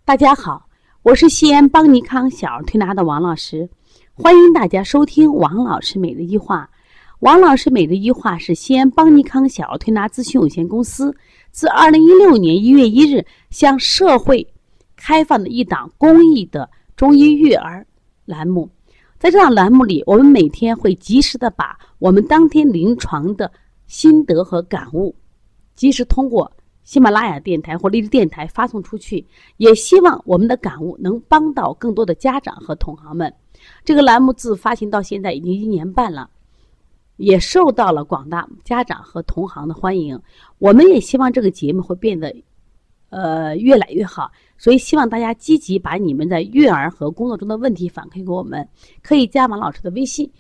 大家好，我是西安邦尼康小儿推拿的王老师，欢迎大家收听王老师每日一话。王老师每日一话是西安邦尼康小儿推拿咨询有限公司自2016年1月1日向社会开放的一档公益的中医育儿栏目。在这档栏目里，我们每天会及时的把我们当天临床的心得和感悟及时通过喜马拉雅电台或荔枝电台发送出去，也希望我们的感悟能帮到更多的家长和同行们。这个栏目自发行到现在已经1年半了，也受到了广大家长和同行的欢迎。我们也希望这个节目会变得越来越好，所以希望大家积极把你们在育儿和工作中的问题反馈给我们，可以加王老师的微信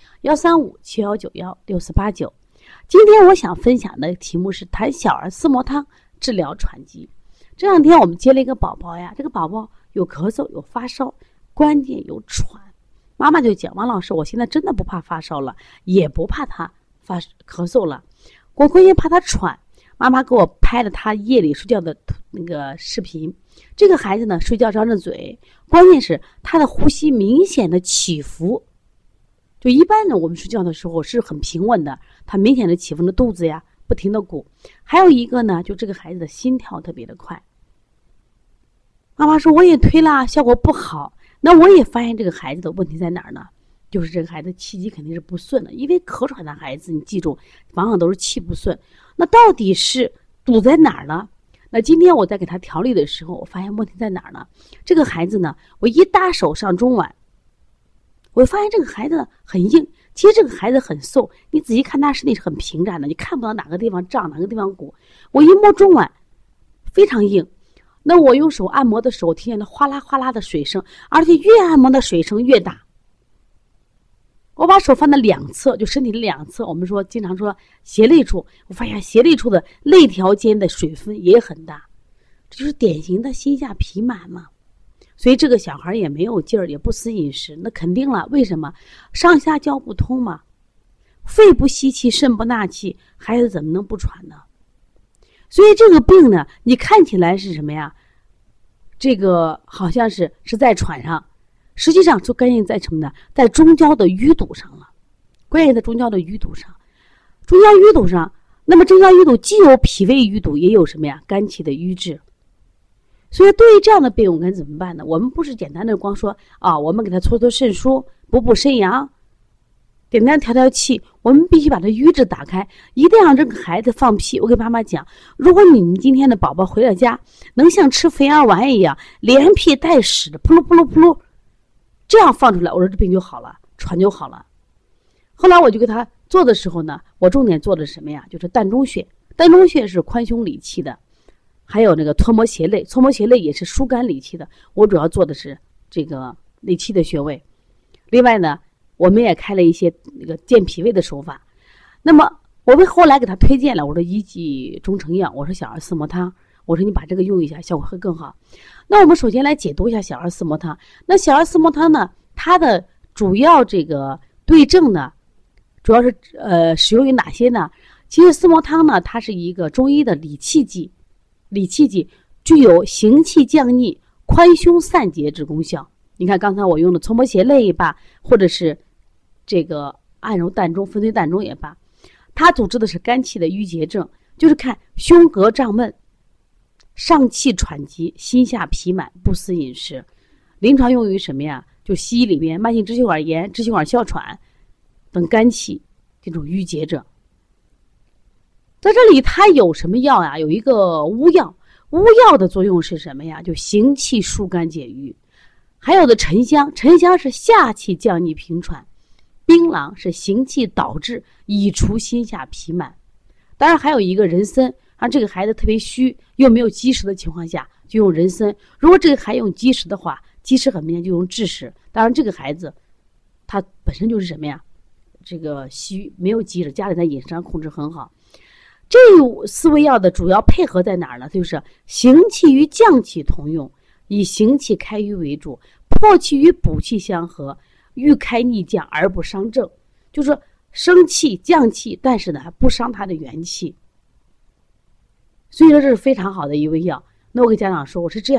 13571916489。今天我想分享的题目是谈小儿四磨汤治疗喘疾。这两天我们接了一个宝宝呀，这个宝宝有咳嗽有发烧，关键有喘。妈妈就讲，王老师，我现在真的不怕发烧了，也不怕他咳嗽了，我关键怕他喘。妈妈给我拍了他夜里睡觉的那个视频，这个孩子呢睡觉张着嘴，关键是他的呼吸明显的起伏，就一般的我们睡觉的时候是很平稳的，他明显的起伏的肚子呀不停的鼓。还有一个呢，就这个孩子的心跳特别的快。妈妈说我也推了，效果不好。那我也发现这个孩子的问题在哪儿呢？就是这个孩子气机肯定是不顺的，因为咳喘的孩子你记住往往都是气不顺。那到底是堵在哪儿呢？那今天我在给他调理的时候，我发现问题在哪儿呢？这个孩子呢，我一搭手上中脘，我发现这个孩子很硬。其实这个孩子很瘦，你仔细看他身体是很平展的，你看不到哪个地方胀哪个地方鼓。我一摸中脘非常硬，那我用手按摩的时候听见他哗啦哗啦的水声，而且越按摩的水声越大。我把手放在两侧，就身体的两侧，我们说经常说胁肋处，我发现胁肋处的肋条间的水分也很大，这就是典型的心下痞满嘛。所以这个小孩也没有劲儿，也不思饮食，那肯定了。为什么？上下焦不通嘛，肺不吸气，肾不纳气，孩子怎么能不喘呢？所以这个病呢，你看起来是什么呀？这个好像是在喘上，实际上就关键在什么呢？在中焦的淤堵上了。关键在中焦的淤堵上，中焦淤堵上，那么中焦淤堵既有脾胃淤堵，也有什么呀？肝气的瘀滞。所以对于这样的病，我们该怎么办呢？我们不是简单的光说我们给他搓搓肾腧，补补肾阳，简单调调气，我们必须把它瘀滞打开，一定要让这个孩子放屁。我给妈妈讲，如果你们今天的宝宝回到家能像吃肥羊丸一样连屁带屎的扑噜扑噜扑噜这样放出来，我说这病就好了，喘就好了。后来我就给他做的时候呢，我重点做的是什么呀？就是膻中穴。膻中穴是宽胸理气的，还有那个搓摩胁肋，搓摩胁肋也是疏肝理气的。我主要做的是这个理气的穴位。另外呢，我们也开了一些那个健脾胃的手法。那么我们后来给他推荐了，我说一剂中成药，我说小儿四磨汤，我说你把这个用一下，效果会更好。那我们首先来解读一下小儿四磨汤。那小儿四磨汤呢，它的主要这个对症呢，主要是使用于哪些呢？其实四磨汤呢，它是一个中医的理气剂，具有行气降逆、宽胸散结之功效。你看刚才我用的搓摩胁肋也罢，或者是这个按揉膻中、分推膻中也罢，它组织的是肝气的郁结症，就是看胸膈胀闷、上气喘急、心下痞满、不思饮食。临床用于什么呀？就西医里面慢性支气管炎、支气管哮喘等肝气这种郁结症。在这里它有什么药呀？有一个乌药，乌药的作用是什么呀？就行气疏肝解郁。还有的沉香，沉香是下气降逆平喘，槟榔是行气导滞，以除心下痞满。当然还有一个人参，让这个孩子特别虚又没有积食的情况下，就用人参。如果这个还用积食的话，积食很明显就用枳实。当然这个孩子他本身就是什么呀？这个虚没有积食，家里在饮食上控制很好。这四味药的主要配合在哪儿呢？就是行气与降气同用，以行气开瘀为主，破气与补气相合，郁开逆降而不伤正，就是生气降气，但是呢不伤它的元气。所以说这是非常好的一味药。那我给家长说，我是这样吧，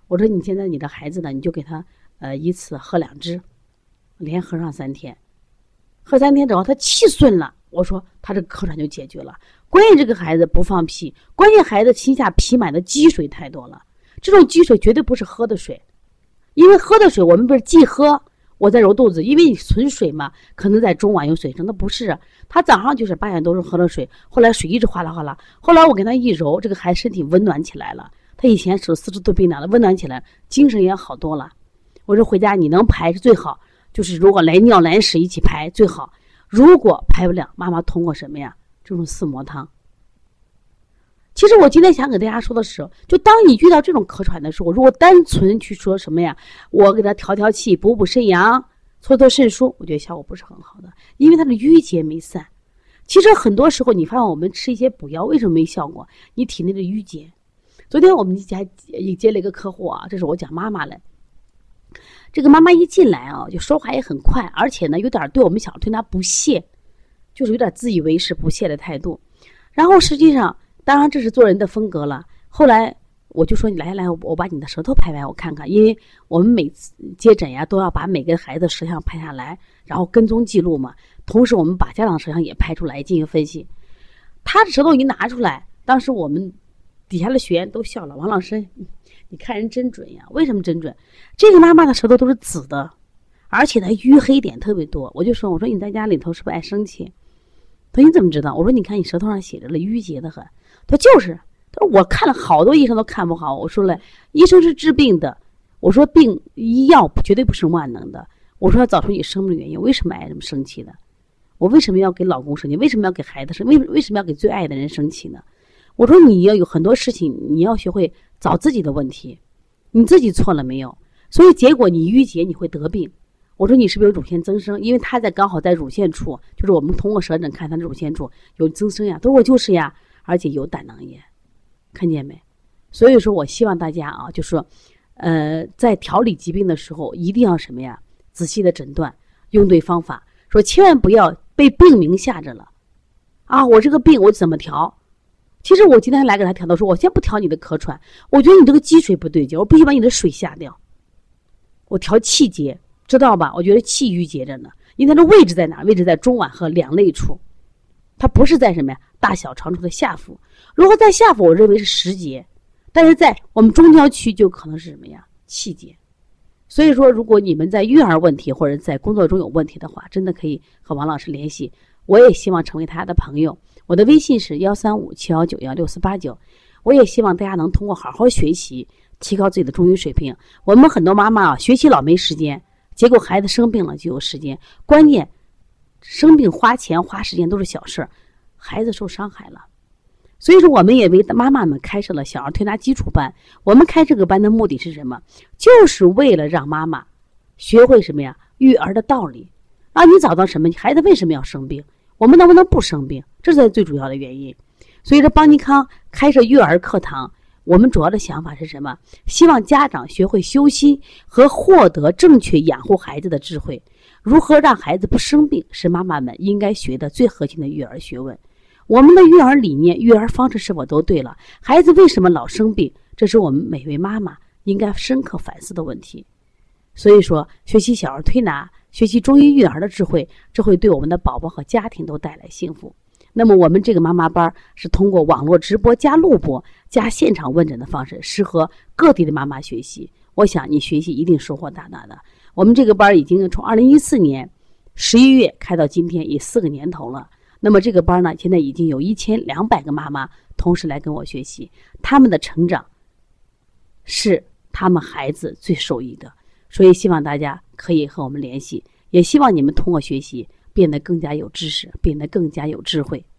我说你现在你的孩子呢，你就给他一次喝2支，连喝上3天，喝3天之后他气顺了，我说他这个咳喘就解决了。关键这个孩子不放屁，关键孩子心下脾满的积水太多了，这种积水绝对不是喝的水，因为喝的水我们不是既喝我在揉肚子，因为你存水嘛，可能在中晚有水声，那不是，他早上就是8点多钟喝了水，后来水一直哗啦哗啦，后来我给他一揉，这个孩子身体温暖起来了，他以前手40度冰凉的，温暖起来，精神也好多了。我说回家你能排是最好，就是如果来尿来屎一起排最好，如果排不了，妈妈通过什么呀？这种四磨汤。其实我今天想给大家说的是，就当你遇到这种咳喘的时候，如果单纯去说什么呀，我给他调调气、补补肾阳、搓搓肾腧，我觉得效果不是很好的，因为他的淤结没散。其实很多时候你发现我们吃一些补药为什么没效果？你体内的淤结。昨天我们还接了一个客户啊，这是我讲妈妈来，这个妈妈一进来啊，就说话也很快，而且呢有点对我们小儿推拿不屑，就是有点自以为是不屑的态度。然后实际上当然这是做人的风格了，后来我就说你来，我把你的舌头拍拍我看看，因为我们每次接诊呀都要把每个孩子的舌象拍下来，然后跟踪记录嘛，同时我们把家长舌象也拍出来进行分析。他的舌头一拿出来，当时我们底下的学员都笑了，王老师你看人真准呀。为什么真准？这个妈妈的舌头都是紫的，而且呢淤黑点特别多。我说你在家里头是不是爱生气？他说你怎么知道？我说你看你舌头上写着了淤结的很。他就是他说我看了好多医生都看不好。我说了，医生是治病的，我说病医药绝对不是万能的，我说要找出你生病的原因，为什么爱这么生气的？我为什么要给老公生气？为什么要给孩子生气？为什么要给最爱的人生气呢？我说你要有很多事情你要学会找自己的问题，你自己错了没有？所以结果你淤结你会得病。我说你是不是有乳腺增生？因为他刚好在乳腺处，就是我们通过舌诊看他的乳腺处有增生呀。他说我就是呀，而且有胆囊炎，看见没？所以说我希望大家啊，就说在调理疾病的时候一定要什么呀？仔细的诊断，用对方法，说千万不要被病名吓着了啊！我这个病我怎么调？其实我今天来给他调的时候，我先不调你的咳喘，我觉得你这个积水不对劲，我必须把你的水下掉。我调气结，知道吧？我觉得气郁结着呢，因为它的位置在哪？位置在中脘和两肋处，它不是在什么呀？大小肠处的下腹。如果在下腹，我认为是实结，但是在我们中焦区就可能是什么呀？气结。所以说，如果你们在育儿问题或者在工作中有问题的话，真的可以和王老师联系。我也希望成为他的朋友。我的微信是13571916489。我也希望大家能通过好好学习，提高自己的中医水平。我们很多妈妈学习老没时间，结果孩子生病了就有时间。关键生病花钱花时间都是小事，孩子受伤害了。所以说我们也为妈妈们开设了小儿推拿基础班。我们开这个班的目的是什么？就是为了让妈妈学会什么呀？育儿的道理。让你找到什么？孩子为什么要生病？我们能不能不生病？这才是最主要的原因。所以说邦尼康开设育儿课堂，我们主要的想法是什么？希望家长学会修心和获得正确养护孩子的智慧。如何让孩子不生病，是妈妈们应该学的最核心的育儿学问。我们的育儿理念、育儿方式是否都对了？孩子为什么老生病？这是我们每位妈妈应该深刻反思的问题。所以说，学习小儿推拿，学习中医育儿的智慧，这会对我们的宝宝和家庭都带来幸福。那么我们这个妈妈班是通过网络直播加录播加现场问诊的方式，适合各地的妈妈学习。我想你学习一定收获大大的。我们这个班已经从2014年11月开到今天，也4个年头了。那么这个班呢，现在已经有1200个妈妈同时来跟我学习，他们的成长是他们孩子最受益的。所以希望大家可以和我们联系，也希望你们通过学习变得更加有知识，变得更加有智慧。